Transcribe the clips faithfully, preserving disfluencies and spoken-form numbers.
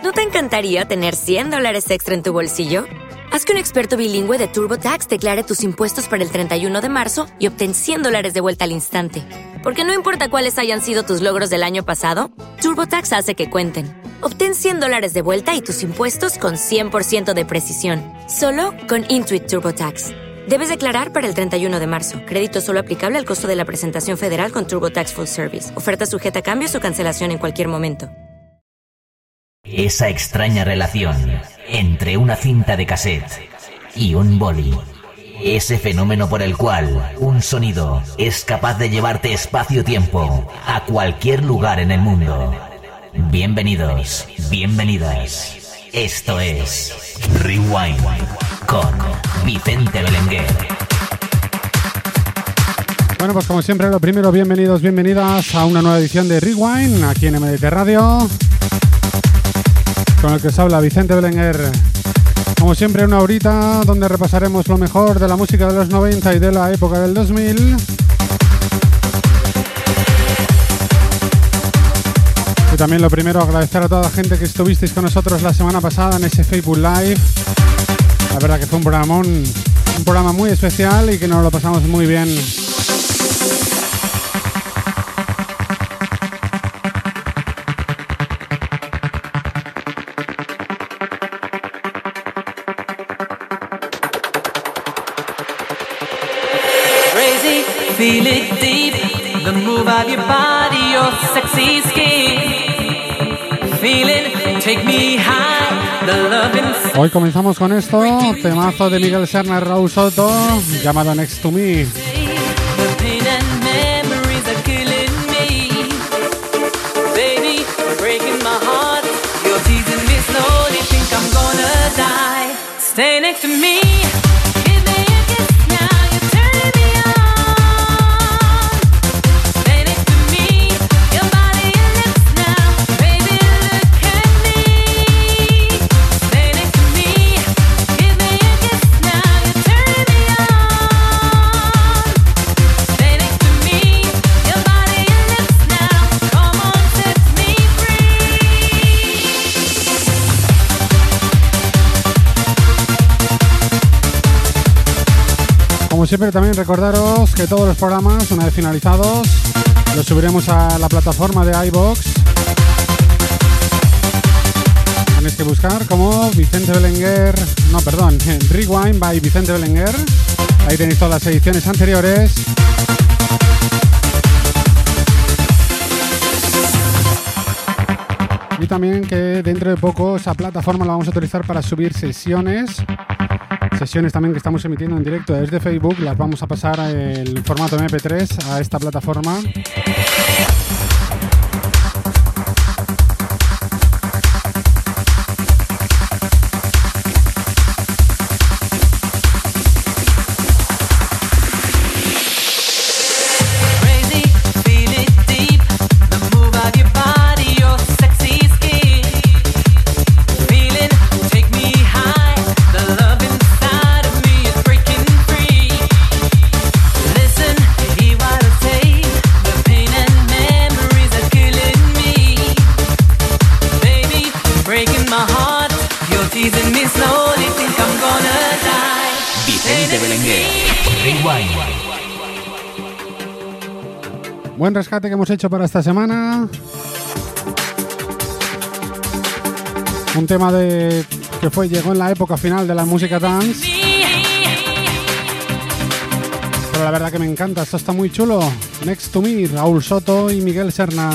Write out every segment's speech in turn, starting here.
¿No te encantaría tener cien dólares extra en tu bolsillo? Haz que un experto bilingüe de TurboTax declare tus impuestos para el treinta y uno de marzo y obtén cien dólares de vuelta al instante. Porque no importa cuáles hayan sido tus logros del año pasado, TurboTax hace que cuenten. Obtén cien dólares de vuelta y tus impuestos con cien por ciento de precisión. Solo con Intuit TurboTax. Debes declarar para el treinta y uno de marzo. Crédito solo aplicable al costo de la presentación federal con TurboTax Full Service. Oferta sujeta a cambios o cancelación en cualquier momento. Esa extraña relación entre una cinta de cassette y un boli. Ese fenómeno por el cual un sonido es capaz de llevarte espacio-tiempo a cualquier lugar en el mundo. Bienvenidos, bienvenidas. Esto es Rewind con Vicente Belenguer. Bueno, pues como siempre, lo primero, bienvenidos, bienvenidas a una nueva edición de Rewind aquí en M D T Radio, con el que os habla Vicente Belenguer. Como siempre, una horita donde repasaremos lo mejor de la música de los noventa y de la época del dos mil. Y también lo primero, agradecer a toda la gente que estuvisteis con nosotros la semana pasada en ese Facebook Live. La verdad que fue un programa, un, un programa muy especial y que nos lo pasamos muy bien. Feel it deep, the move of your body, your sexy skin. Feel it, take me high, the love inside. Hoy comenzamos con esto, temazo de Miguel Serna y Raúl Soto, llamado Next to Me. The pain and memories are killing me. Baby, you're breaking my heart. You're teasing me slowly, think I'm gonna die. Stay next to me. Como siempre, también recordaros que todos los programas, una vez finalizados, los subiremos a la plataforma de iVoox. Tenéis que buscar como Vicente Belenguer, no, perdón, Rewind by Vicente Belenguer. Ahí tenéis todas las ediciones anteriores. Y también que dentro de poco esa plataforma la vamos a utilizar para subir sesiones. Sesiones también que estamos emitiendo en directo desde Facebook, las vamos a pasar en formato eme pe tres a esta plataforma. Buen rescate que hemos hecho para esta semana. Un tema de que fue llegó en la época final de la música dance. Pero la verdad que me encanta, esto está muy chulo. Next to Me, Raúl Soto y Miguel Serna.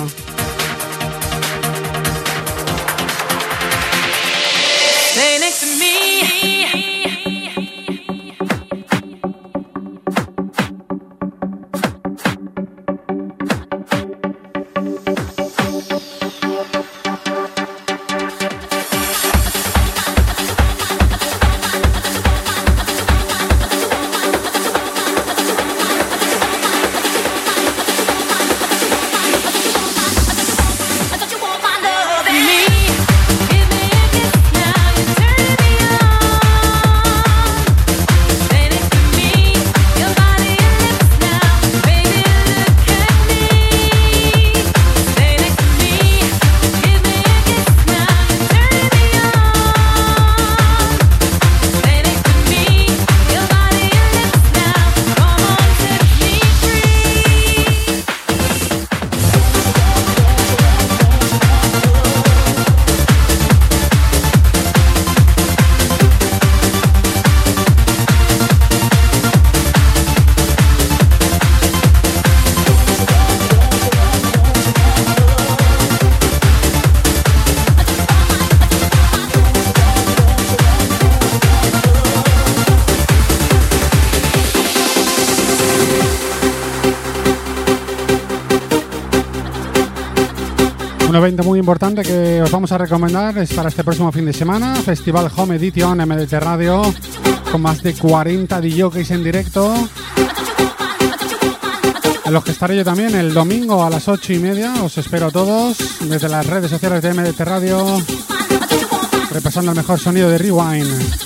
evento muy importante que os vamos a recomendar es para este próximo fin de semana, Festival Home Edition M D T Radio, con más de cuarenta D Js en directo, en los que estaré yo también el domingo a las ocho y media. Os espero a todos desde las redes sociales de M D T Radio, repasando el mejor sonido de Rewind.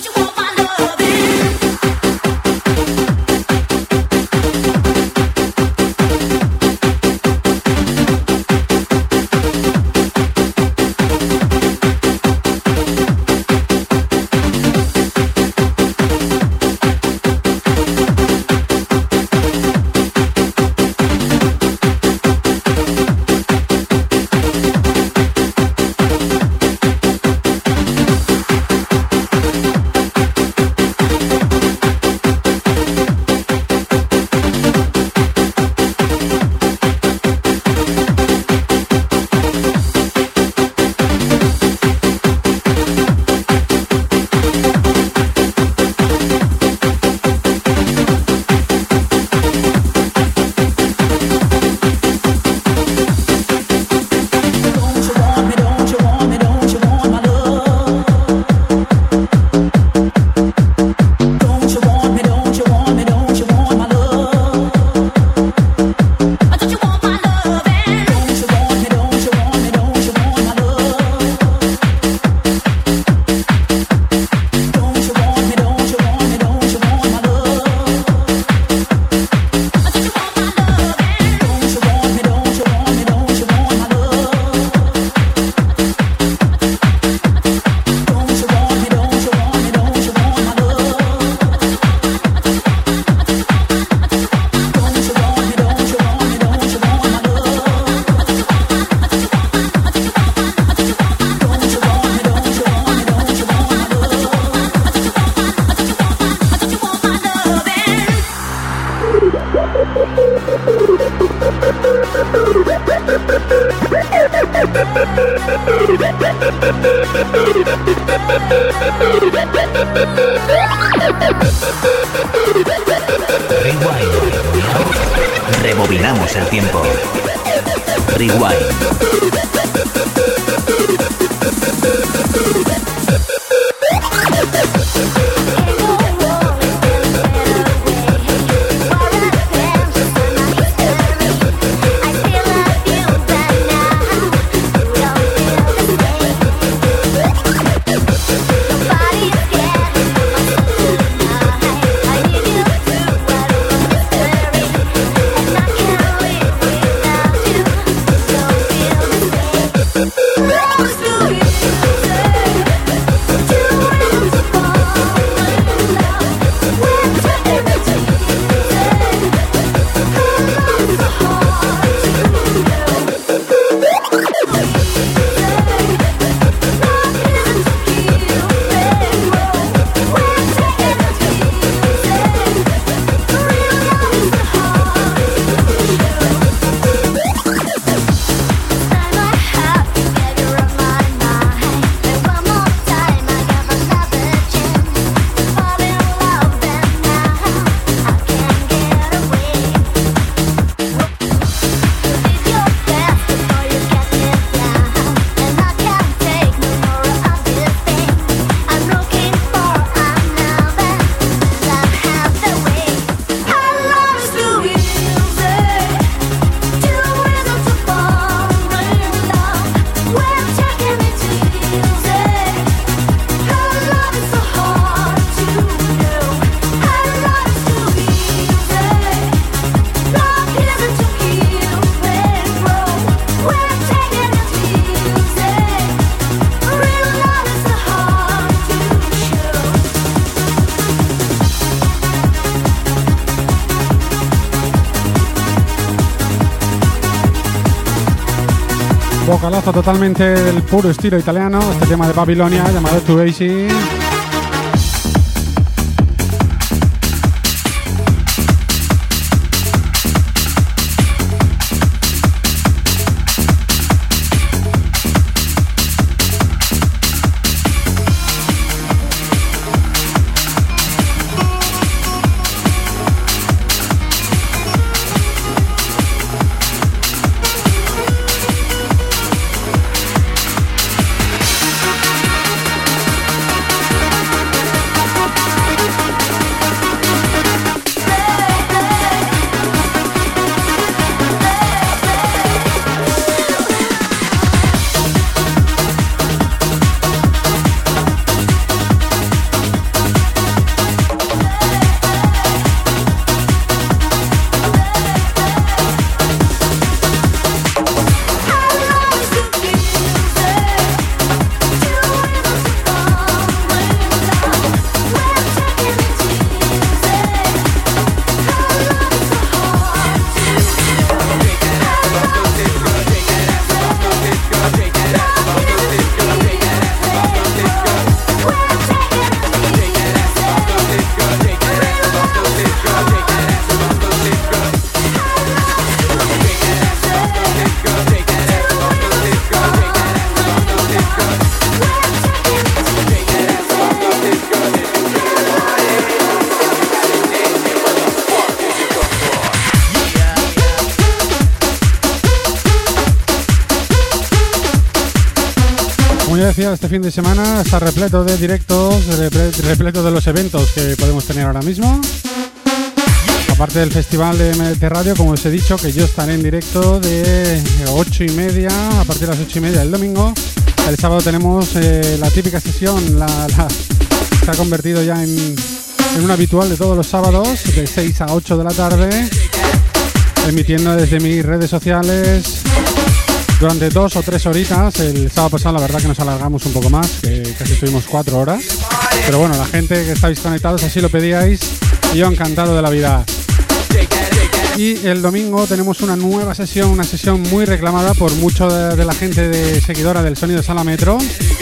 Rewind. Rebobinamos el tiempo. Rewind. Vocalazo totalmente del puro estilo italiano, este tema de Babilonia llamado Too Easy. Como ya decía, este fin de semana está repleto de directos, repleto de los eventos que podemos tener ahora mismo. Aparte del festival de M D T Radio, como os he dicho, que yo estaré en directo de ocho y media, a partir de las ocho y media del domingo. El sábado tenemos eh, la típica sesión, la, la, se ha convertido ya en, en un habitual de todos los sábados, de seis a ocho de la tarde, emitiendo desde mis redes sociales durante dos o tres horitas. El sábado pasado la verdad que nos alargamos un poco más, que casi estuvimos cuatro horas. Pero bueno, la gente que estáis conectados así lo pedíais y yo encantado de la vida. Y el domingo tenemos una nueva sesión, una sesión muy reclamada por mucho de, de la gente de seguidora del Sonido Sala Metro.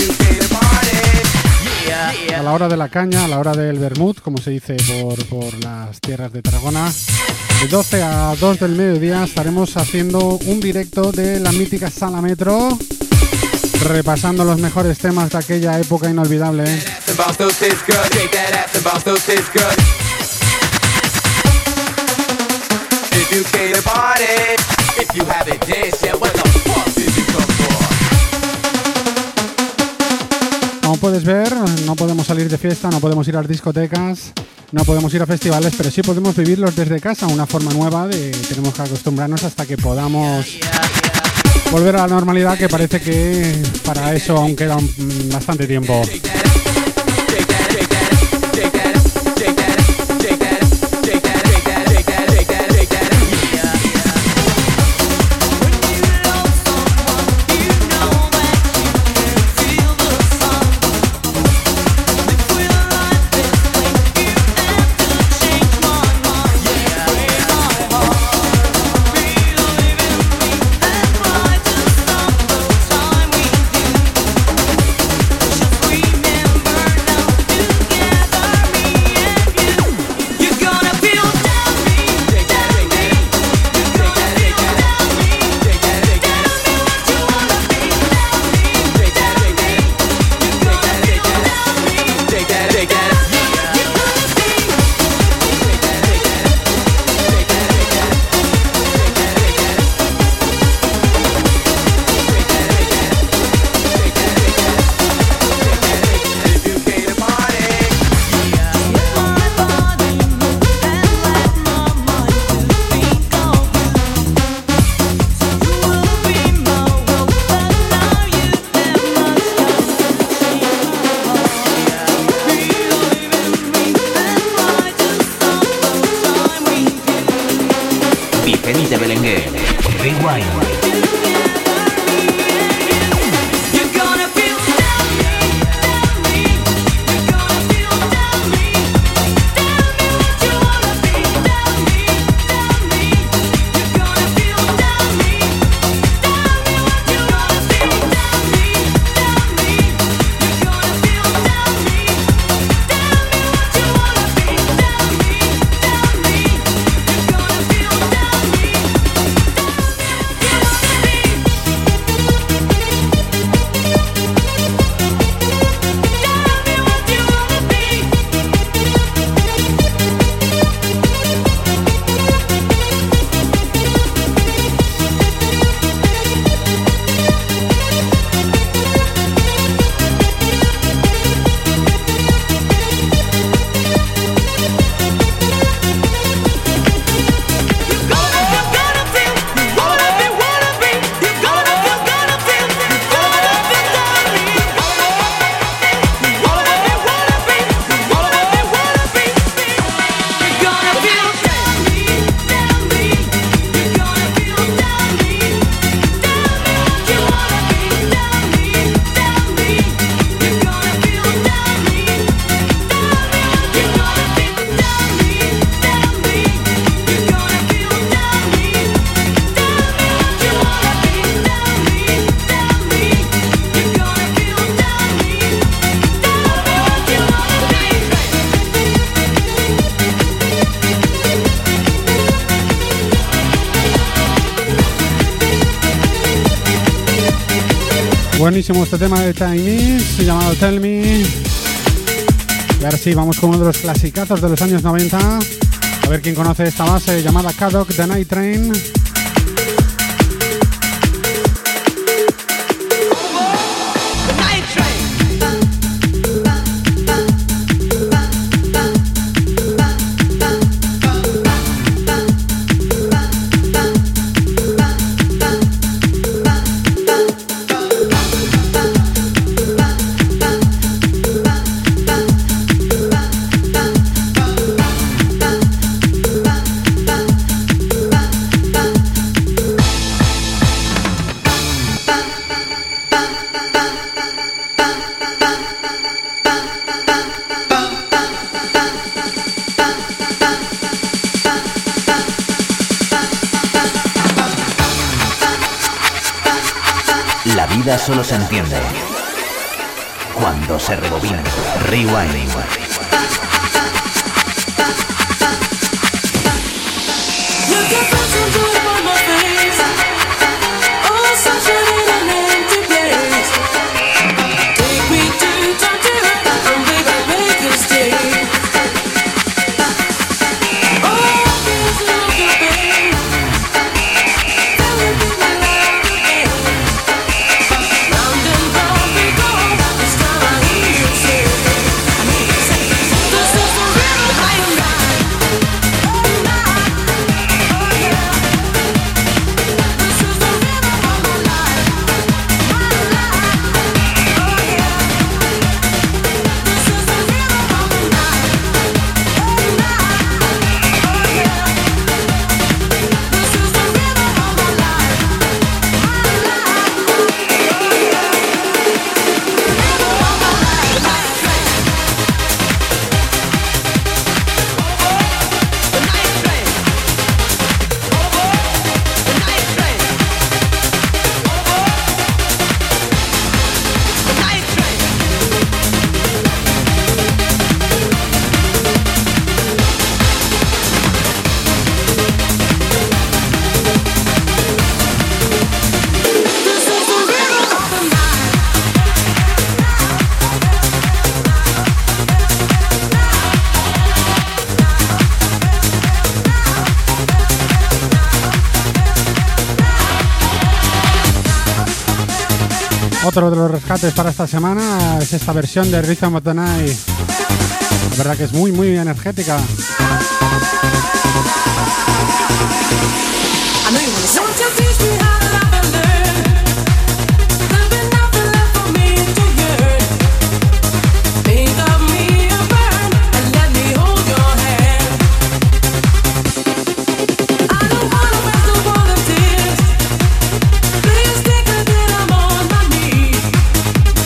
A la hora de la caña, a la hora del vermut, como se dice por, por las tierras de Tarragona. De doce a dos del mediodía estaremos haciendo un directo de la mítica Sala Metro, repasando los mejores temas de aquella época inolvidable. Como puedes ver, no podemos salir de fiesta, no podemos ir a las discotecas, no podemos ir a festivales, pero sí podemos vivirlos desde casa, una forma nueva de tenemos que acostumbrarnos hasta que podamos volver a la normalidad, que parece que para eso aún queda un, bastante tiempo. Buenísimo este tema de Chinese llamado Tell Me. Y ahora sí, vamos con uno de los clasicazos de los años noventa. A ver quién conoce esta base llamada Kadok The Night Train. Night vida solo se entiende cuando se rebobina. Rewind. Otro de los rescates para esta semana es esta versión de Rhythm of the Night. La verdad que es muy, muy energética.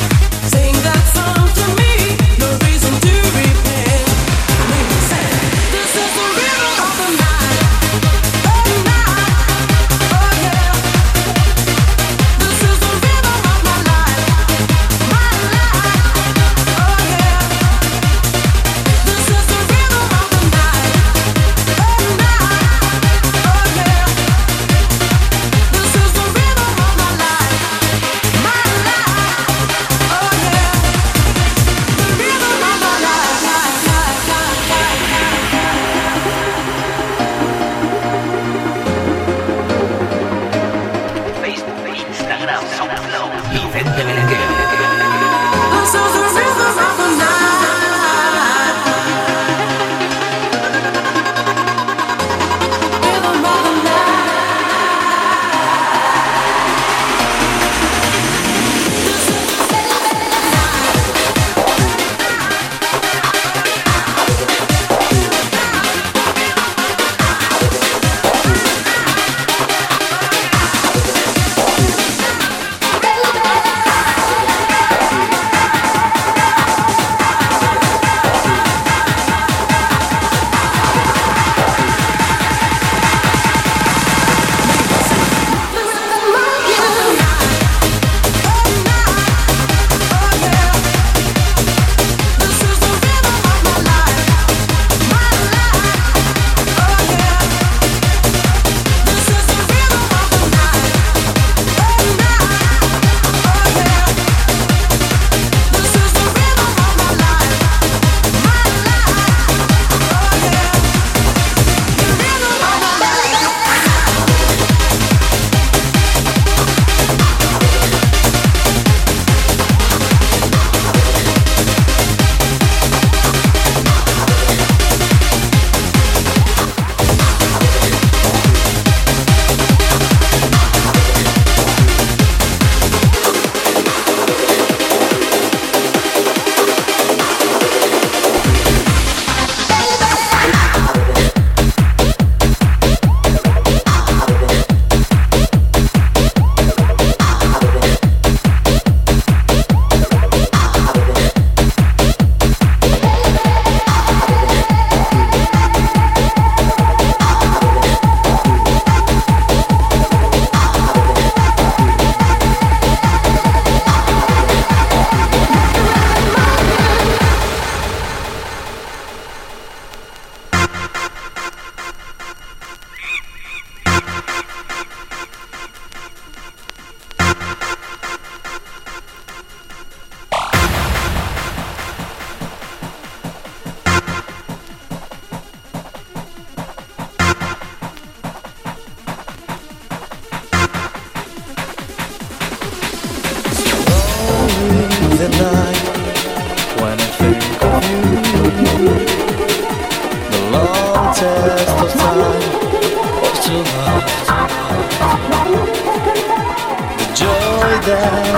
Sing that song to me, no reason to repent.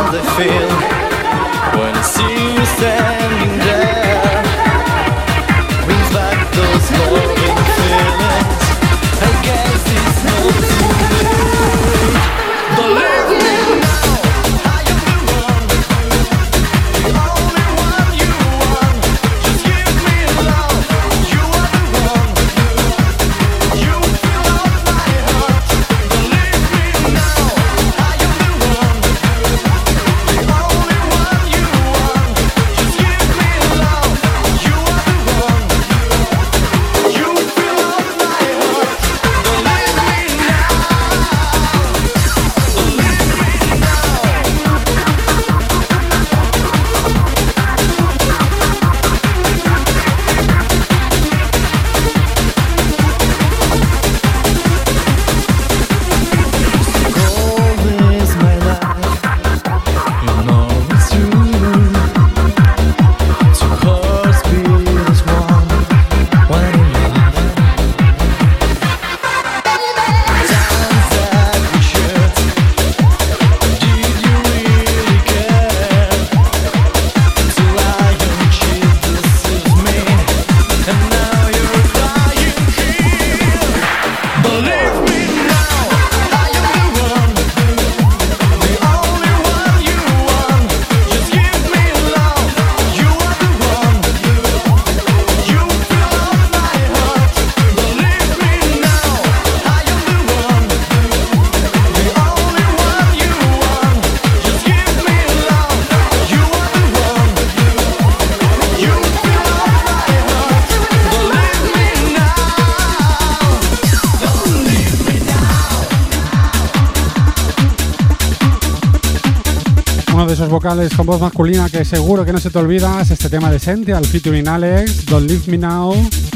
as I feel when I see you standing there. Brings back those loving feelings. I guess it's not too late. Believe me now, I am the one, the only one you want. Just give me love, you are the one. You fill up my heart. Believe me now, I am the one, the only one you want. Just give me love, you are the one. You fill up my heart. Believe me now, believe me now. Gold is my life, you know it's true. Two hearts beat as one, one in love. Times that we shared, did you really care? Till I uncheated, deceived me, and now you're crying here. Believe me now, I am the one, the only one you want. Just give me love, you are the one. You fill up my heart. Believe me now, I am the one, the only one you want. Just give me love, you are the one. You fill up my heart. Believe me now, don't leave me now. Uno de esos vocales con voz masculina que seguro que no se te olvida es este tema de Sentia, al featuring Alex, Don't Leave Me Now.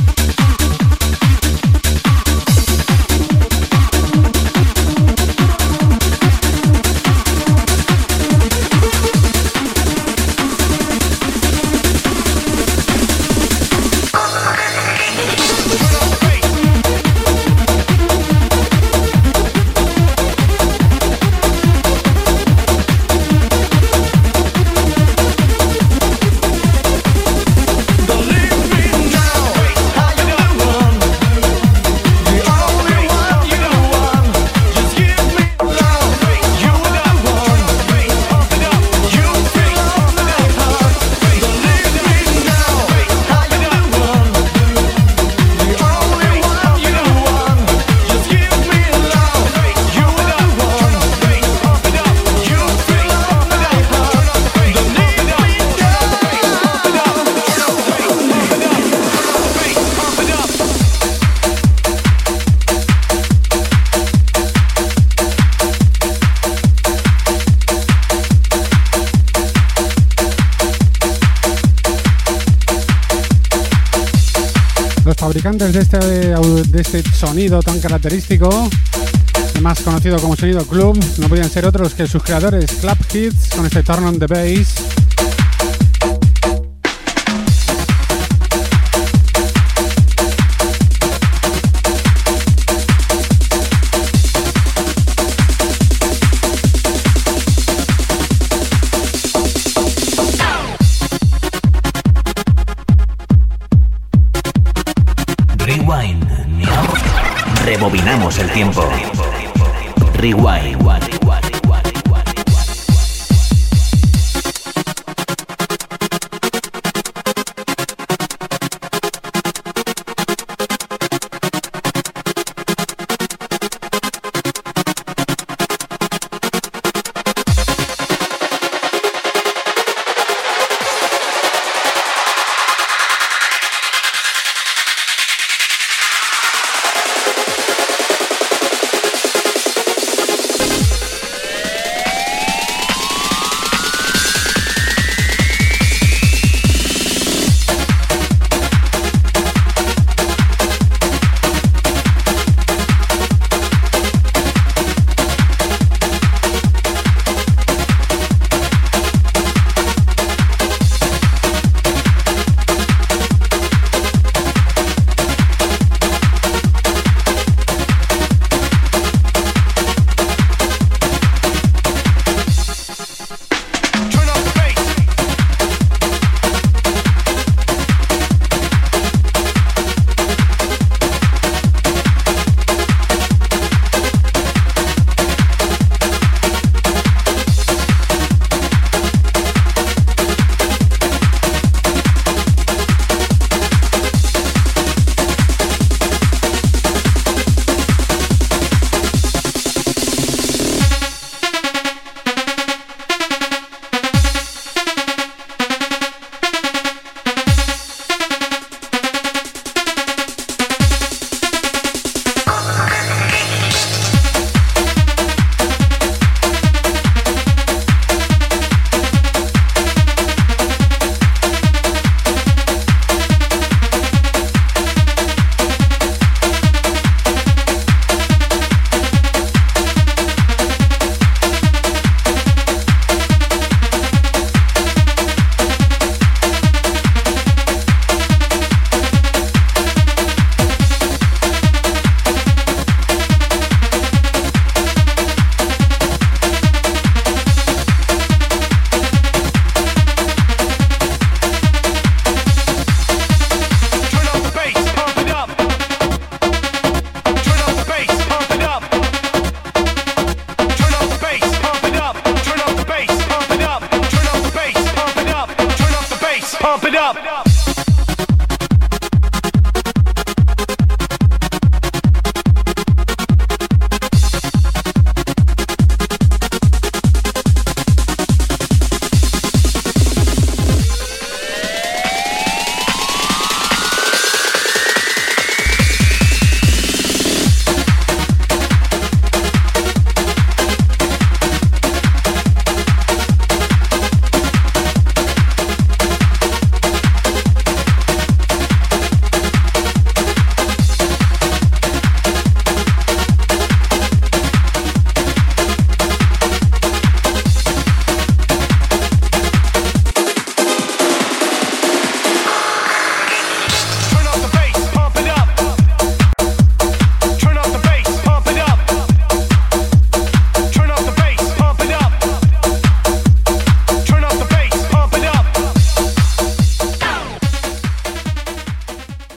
Don't leave me now, I am the one, the only one you want. Just give me love, you are the one. You fill up my heart. Don't leave me now, I am the one, the only one you want. Just give me love, you are the one. You fill up my heart. Don't leave me now. Los fabricantes de este, au- de este sonido tan característico, más conocido como sonido club, no podían ser otros que sus creadores Club Hits con este Turn on the Bass. Rewind. Rebobinamos el tiempo. Rewind. pump it up.